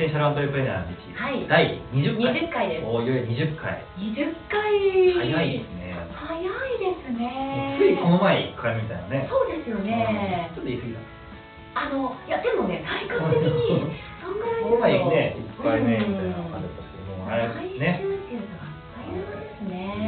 センシャルアントレプレナーの道、 はい、 第20回。 20回です。 おいよいよ20回。 20回。 早いですね。 早いですね。 ついこの前1回みたいなね。 そうですよね。 ちょっと言い過ぎた。 いやでもね、体感的にそんぐらいですよ。 この前ね、1回目みたいな感じだったんですけども、あれね。 毎週っていうのがあっという間です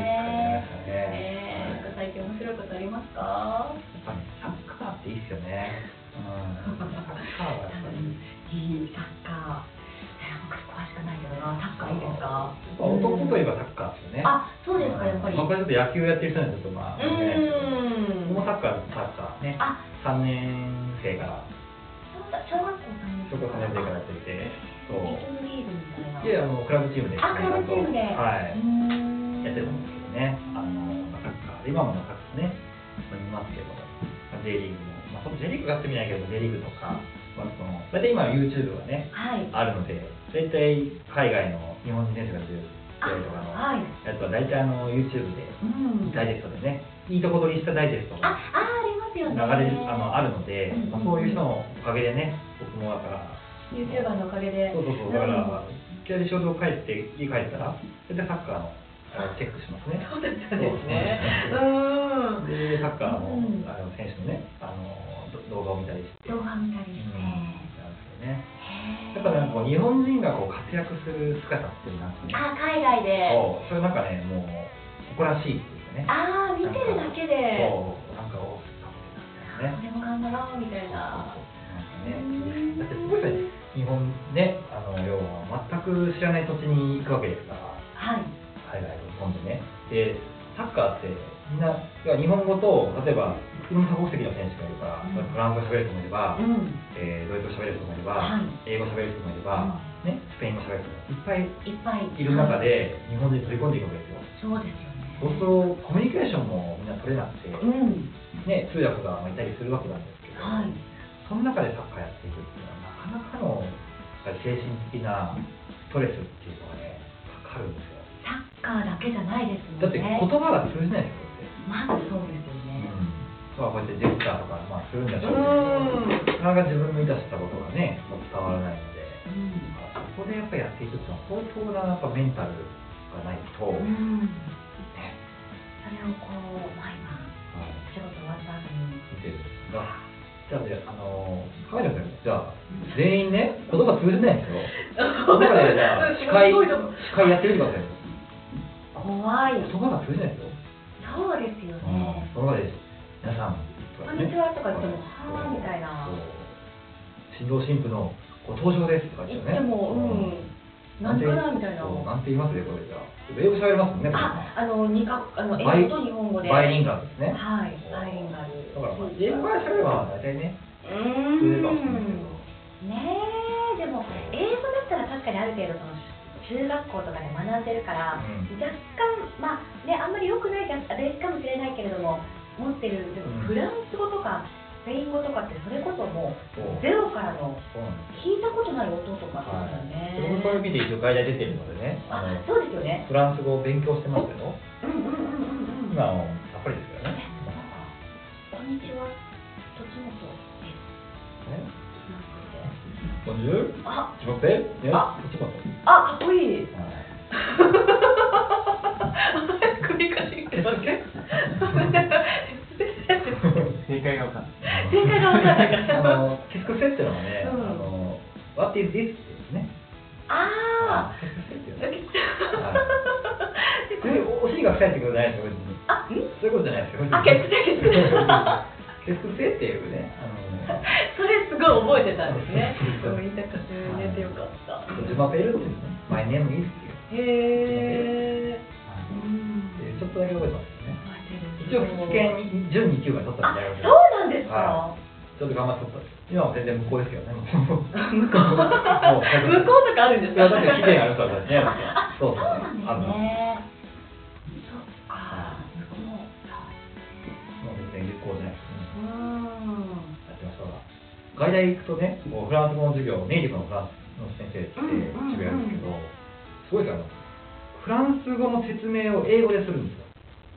ね。なんか最近面白いことありますか？ やっぱね、サッカーっていいっすよね。サッカーはやっぱりいいサッカー。僕詳しくないけどな、サッカーいいですか？ 男といえばサッカーですよね。 あ、そうですか、やっぱり。 僕はちょっと野球やってる人にとってまあね、僕もサッカーね、3年生から。 小学校3年生からやってて、そう。 リーグみたいな。 で、クラブチームで。 クラブチームで。 はい。やってたんですけどね。サッカー、今もサッカーね、見ますけど、J リーグも、J リーグがやってみないけど、J リーグとか、大体今 YouTube がね、あるので、大体海外の日本人選手が出る試合とかのやつは大体YouTube で、ダイジェストでね、いいとこ取りしたダイジェストが流れあるので、そういう人のおかげでね、僕もだから、 YouTuber のおかげで。 そう、だから、いきなり仕事を家帰ったら、大体サッカーのチェックしますね。 そうだったんですね。 で、サッカーの選手のね、動画を見たりして。 動画見たりして。 やっぱなんか日本人が活躍する姿っていうのが海外で。 それなんかね、もう誇らしいっていうかね。 見てるだけで。 なんかこれも頑張ろうみたいな。 だってすごいですね、日本ね、要は全く知らない土地に行くわけですから、海外、日本でね。で、サッカーってみんな、日本語と、例えば、いろんな多国籍の選手がいるから、フランス語喋れる人もいれば、ドイツ語喋れる人もいれば、英語喋れる人もいれば、スペイン語喋れる人もいっぱいいる中で、日本人に取り込んでいくわけですよ。 そうですよね。 そうすると、コミュニケーションもみんな取れなくて、通訳がいたりするわけなんですけど、その中でサッカーやっていくっていうのは、なかなかの精神的なストレスっていうのがね、かかるんですよ。 サッカーだけじゃないですもんね。 だって言葉が通じないですよ。 まずそうですよね。 こうやってジェスチャーとかするんでしょうけど、なかなか自分のいたしたことがね、伝わらないので、そこでやっぱりやっていくっていうのは、相当なやっぱメンタルがないと、 それを毎晩、仕事終わった後に見てるんですが、じゃあ、カメラさん、じゃあ、全員ね、言葉通じないんですよ。その中で、じゃあ、司会やってみてください。 怖い。 言葉が通じないですよ。 そうですよね。 その中で、皆さん、 こんにちはとか言っても、はぁみたいな。 新郎新婦のご登場ですとか言ってね。 言っても、なんかなみたいな。 なんて言いますね、これじゃあ。英語喋れますもんね、 英語と日本語で。 バイリンガルですね。 はい、バイリンガル。 だから、英語から喋れば大体ね、通じるかもしれないけど。 でも、英語だったら確かにある程度、中学校とかで学んでるから、若干、あんまり良くないベースかもしれないけれども、持ってる、でもフランス語とかスペイン語とかって、それこそもう、ゼロからの聞いたことない音とかですよね。 僕これ見て一応外大出てるのでね、 そうですよね。 フランス語を勉強してますけど、今はさっぱりですよね。 こんにちは、とちもとです。 ボンジュール、チモペ、チモト。 かっこいい。首かしげてますね。 正解が分かんない。 正解が分かんないから。 キスクセっていうのはね、What is this? っていうね。キスクセっていうの。お尻が臭いってことじゃないですよ、別に。そういうことじゃないですよ。キスクセっていうね。 それすごい覚えてたんですね。言いたくて寝てよかった。 ジマペルっていうね。My name is っていう。ちょっとだけ覚えてますよね。一応、試験準2級が取ったみたいな。 そうなんですか。 ちょっと頑張って取ったんです。今は全然向こうですけどね。 向こうとかあるんですか。 だって期限あるからね。 そうなんですね。そっか。向こう。 もう全然月光じゃないですね。やってましたが。外大行くとね、フランス語の授業、ネイティブのフランスの先生って授業やるんですけど、すごいですよ。フランス語の説明を英語でするんですよ。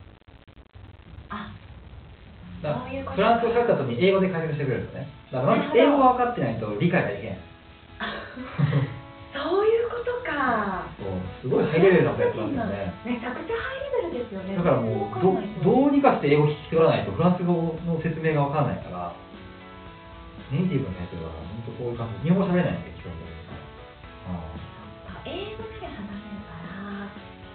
フランス語を書いた後に英語で解説してくれるんですね。だからまず英語が分かってないと理解ができない。 そういうことか。 そうすごいハイレベルなことやってますよね。 めちゃくちゃハイレベルですよね。 だからもうどうにかして英語聞き取らないとフランス語の説明がわからないから、ネイティブのやつは本当こういう感じで日本語喋れないんで基本的に。 英語で話せるから、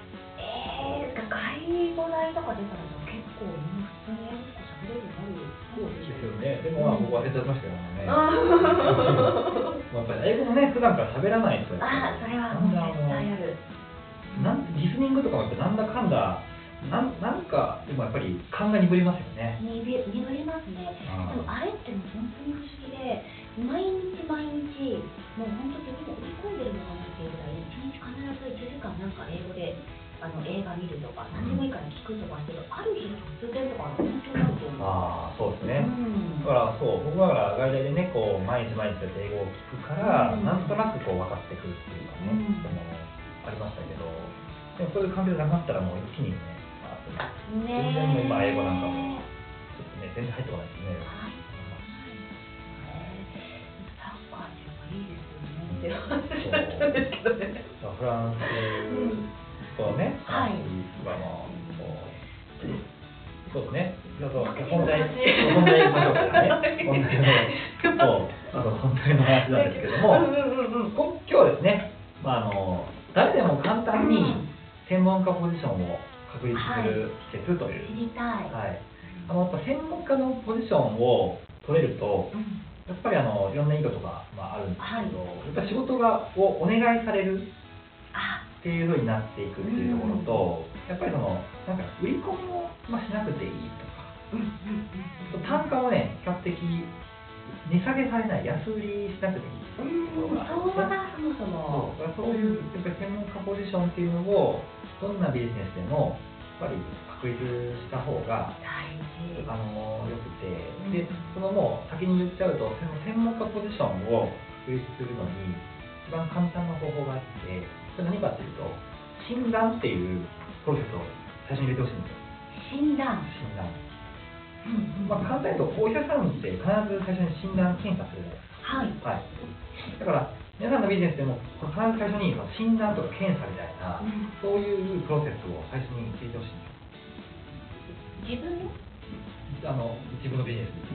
介護代とか出たら結構みんな普通に英語とか喋れるようになる。 そうですよね。でも僕は忘れちゃいましたよね。やっぱり英語もね普段から喋らないと。 ああ、それはもう絶対ある。 リスニングとかもやっぱなんだかんだなんかでもやっぱり勘が鈍りますよね。 鈍りますね。でもあれってもう本当に不思議で、毎日もう本当自分で売り込んでるのかなっていうぐらい、1日必ず1時間なんか英語で映画見るとか、何でもいいから聞くとかしてる、ある日突然とか本当になると思う。 ああ、そうですね。だから僕は外来でねこう毎日やって英語を聞くから、なんとなくこう分かってくるっていうかね、ありましたけど、でもそういう環境でなくなったらもう一気にね、全然もう今英語なんかもちょっとね全然入ってこないですね。 サッカーっていいですよね。って話だったんですけどね。 フランスとね、イギリスはそうですね。本題行きましょうかね。本題の話なんですけども、今日はですね、誰でも簡単に専門家ポジションを確立する秘訣という。 知りたい。 やっぱ専門家のポジションを取れると、やっぱりいろんな意図とかあるんですけど、やっぱり仕事をお願いされるっていう風になっていくっていうところと、やっぱりなんか売り込みをしなくていいとか、単価もね比較的値下げされない、安売りしなくていいっていうところがあるんですね。そういうやっぱり専門家ポジションっていうのをどんなビジネスでもやっぱり確立した方がよくて、でもう先に言っちゃうと、専門家ポジションを確立するのに一番簡単な方法があって、それ何かっていうと診断っていうプロセスを最初に入れてほしいんですよ。診断。簡単に言うとお医者さんって必ず最初に診断検査するじゃないですか。だから皆さんのビジネスでも必ず最初に診断とか検査みたいな、そういうプロセスを最初に入れてほしいんですよ。自分のビジネスで。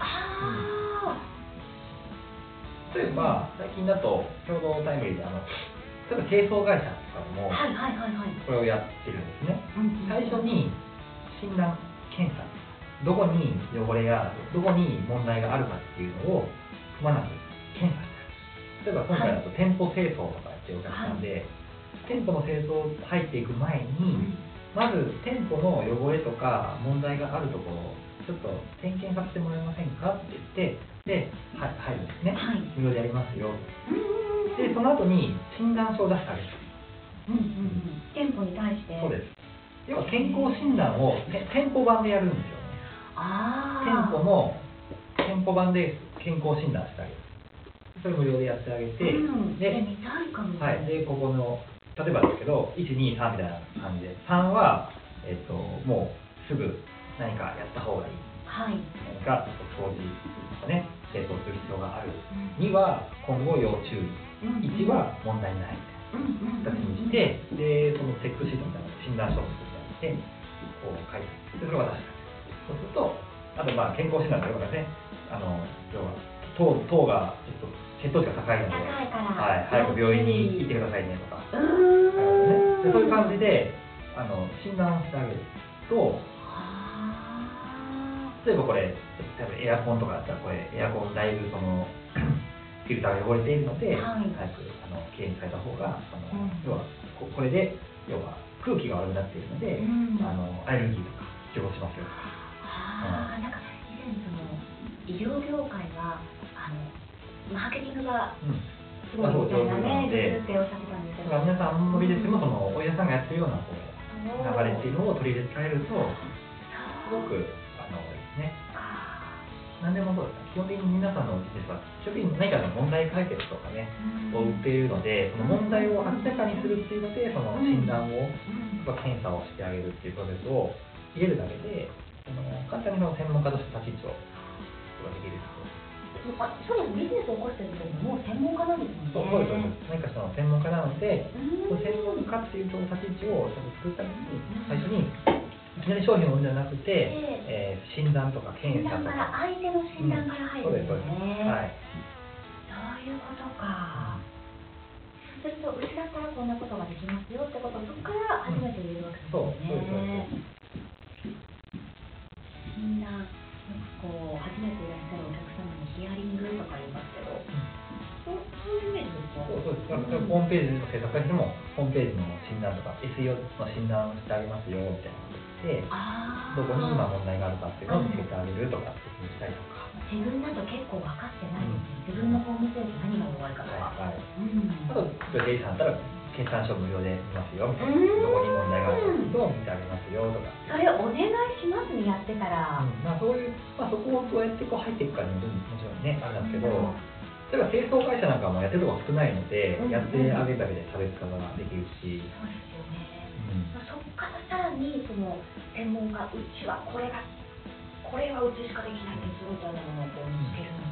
例えば最近だとちょうどタイムリーで例えば清掃会社とかでもこれをやってるんですね。最初に診断検査、どこに汚れやどこに問題があるかっていうのをくまなく検査してる。例えば今回だと店舗清掃とかっていうお客さんで、店舗の清掃入っていく前に、まず店舗の汚れとか問題があるところをちょっと点検させてもらえませんかって言って、で、入るんですね。無料でやりますよ。で、その後に診断書を出してあげる。 店舗に対して。 そうです。要は健康診断を店舗版でやるんですよね。店舗版で健康診断してあげる。それ無料でやってあげて、で、ここの例えばですけど、1、2、3みたいな感じで、3はもうすぐ何かやった方がいい。何か掃除とかね、清掃する必要がある。2は今後要注意。1は問題ないみたいな形にして、で、そのチェックシートみたいな診断書を作ってあげて、こう書いて、それを渡してあげる。そうすると、あと健康診断というかね、要は糖がちょっと血糖値が高いので、早く病院に行ってくださいねとか、そういう感じで診断をしてあげると、例えばこれエアコンとかだったら、これエアコンだいぶフィルターが汚れているので、早くきれいにされた方が要はこれで要は空気が悪くなっているので、アレルギーとか起用しますよとか。 なんか以前医療業界はマーケティングがすごいみたいなね、っておっしゃってたんですけど、 皆さんのビジネスもお医者さんがやってるような流れっていうのを取り入れられると、すごくいいですね。何でもそうですね。基本的に皆さんのビジネスは基本的に何かの問題解決とかね、を売っているので、その問題を明らかにするっていうので、その診断を検査をしてあげるっていうプロセスを入れるだけで、簡単に専門家として立ち位置をできると。 そうです、ビジネスを起こしてる時もう専門家なんですもんね。 そうです。何かその専門家なので、専門家っていう立ち位置を作るために、最初にいきなり商品を売るんじゃなくて、診断とか検査とか。 相手の診断から入るんですね。 はい。 そういうことか。そうすると、うちだったらこんなことができますよってことをそこから初めて言えるわけですね。診断、こう初めていらっしゃるお客様にヒアリングとか言いますけど、そういうイメージですか？ そうです。ホームページの制作しても、ホームページの診断とか、SEO の診断をしてあげますよみたいなことで、どこに今問題があるかっていうのを見つけてあげるとかっていうしたりとか。 自分だと結構分かってないですね。自分のホームページ何が弱いかとか。あと、デイさんだったら、決算書無料で見ますよみたいな。どこに問題があるかっていうのを見てあげますよとか。 それお願いしますね、やってたら。 そういう、そこをどうやってこう入っていくかにももちろんね、あれなんですけど、例えば清掃会社なんかもやってるとこ少ないので、やってあげるだけで差別化ができるし。 そうですよね。そこからさらに、その専門家、うちはこれはうちしかできないんですみたいなものをこう見つけるのって、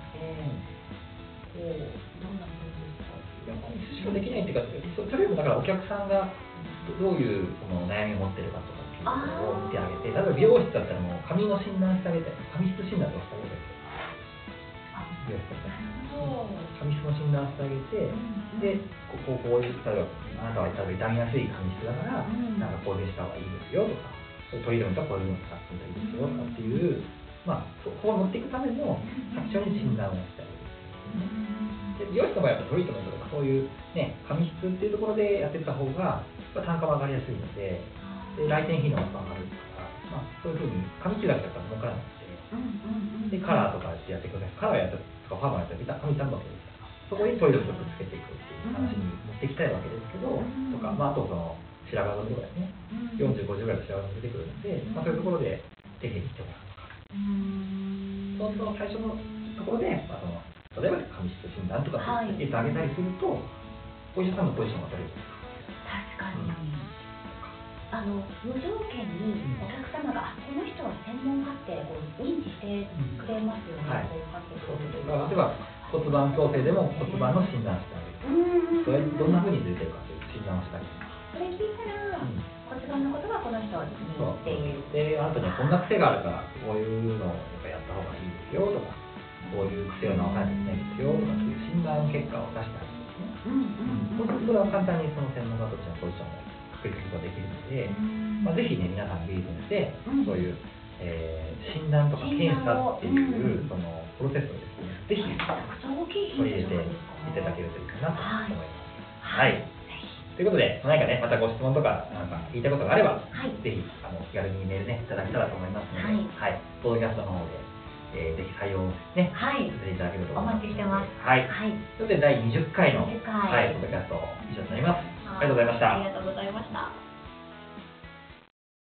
どんなことですか？ うちしかできないっていうか、それよりもだからお客さんがどういうその悩みを持ってるかとかっていうところを見てあげて、例えば美容室だったらもう髪の診断してあげたり、髪質診断とかしてあげたり。美容室だったら。髪質の診断してあげて、で、こういう、例えばあなたは傷みやすい髪質だから、なんかこういうした方がいいですよとか、取り入れるとこういうの使ってみたらいいですよとかっていう、そこを持っていくための最初に診断をしてあげる。で、美容室の場合はトリートメントとかそういうね、髪質っていうところでやってた方が単価も上がりやすいので、来店費用も上がるから、そういうふうに髪質だけだったら儲からなくて、で、カラーとかってやってください。カラーやったとかパーマやったら髪傷むわけですから、そこにトイレをくっつけていくっていう話に持っていきたいわけですけど、とか、あとその白髪のところですね、40、50ぐらいの白髪が出てくるので、そういうところで手にしてもらうとか、そうすると最初のところで、例えば髪質診断とかって言ってあげたりすると、お医者さんのポジションが取れる。 確かに。無条件にお客様が、この人は専門家ってこう認知してくれますよね。 例えば骨盤矯正でも骨盤の診断してあげる。それどんなふうに出てるかという診断をしたり。 それ聞いたら、骨盤のことはこの人にっていう。 で、あなたにはこんな癖があるから、こういうのをやった方がいいですよとか、こういう癖を直さないといけないですよとかっていう診断結果を出してあげるんですね。そうするとそれは簡単にその専門家としてのポジションを確立ができるので、ぜひね、皆さんビジネスでそういう、診断とか検査っていうそのプロセスをですね、ぜひ取り入れていただけるといいかなと思います。はい。ということで、何かね、またご質問とか、なんか言いたいことがあれば、ぜひ気軽にメールね、いただけたらと思いますので、ポッドキャストの方で、ぜひ採用ね、させていただけると思います。 お待ちしてます。 はい。ということで、第20回の、ポッドキャスト以上となります。ありがとうございました。 ありがとうございました。